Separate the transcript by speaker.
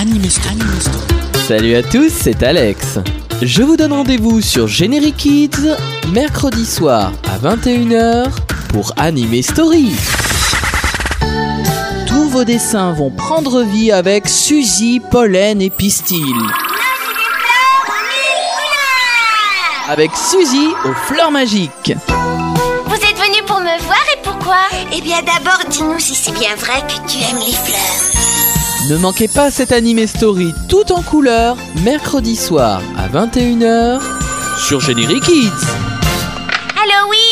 Speaker 1: Anime Story.
Speaker 2: Salut à tous, c'est Alex. Je vous donne rendez-vous sur Générique Kids, mercredi soir à 21h pour Anime Story. Tous vos dessins vont prendre vie avec Suzy, Pollen et Pistil. Avec Suzy aux fleurs magiques.
Speaker 3: Vous êtes venu pour me voir et pourquoi?
Speaker 4: Eh bien d'abord, dis-nous si c'est bien vrai que tu aimes les fleurs.
Speaker 2: Ne manquez pas cette Anime Story tout en couleur, mercredi soir à 21h sur Générique Kids.
Speaker 3: Allô, oui.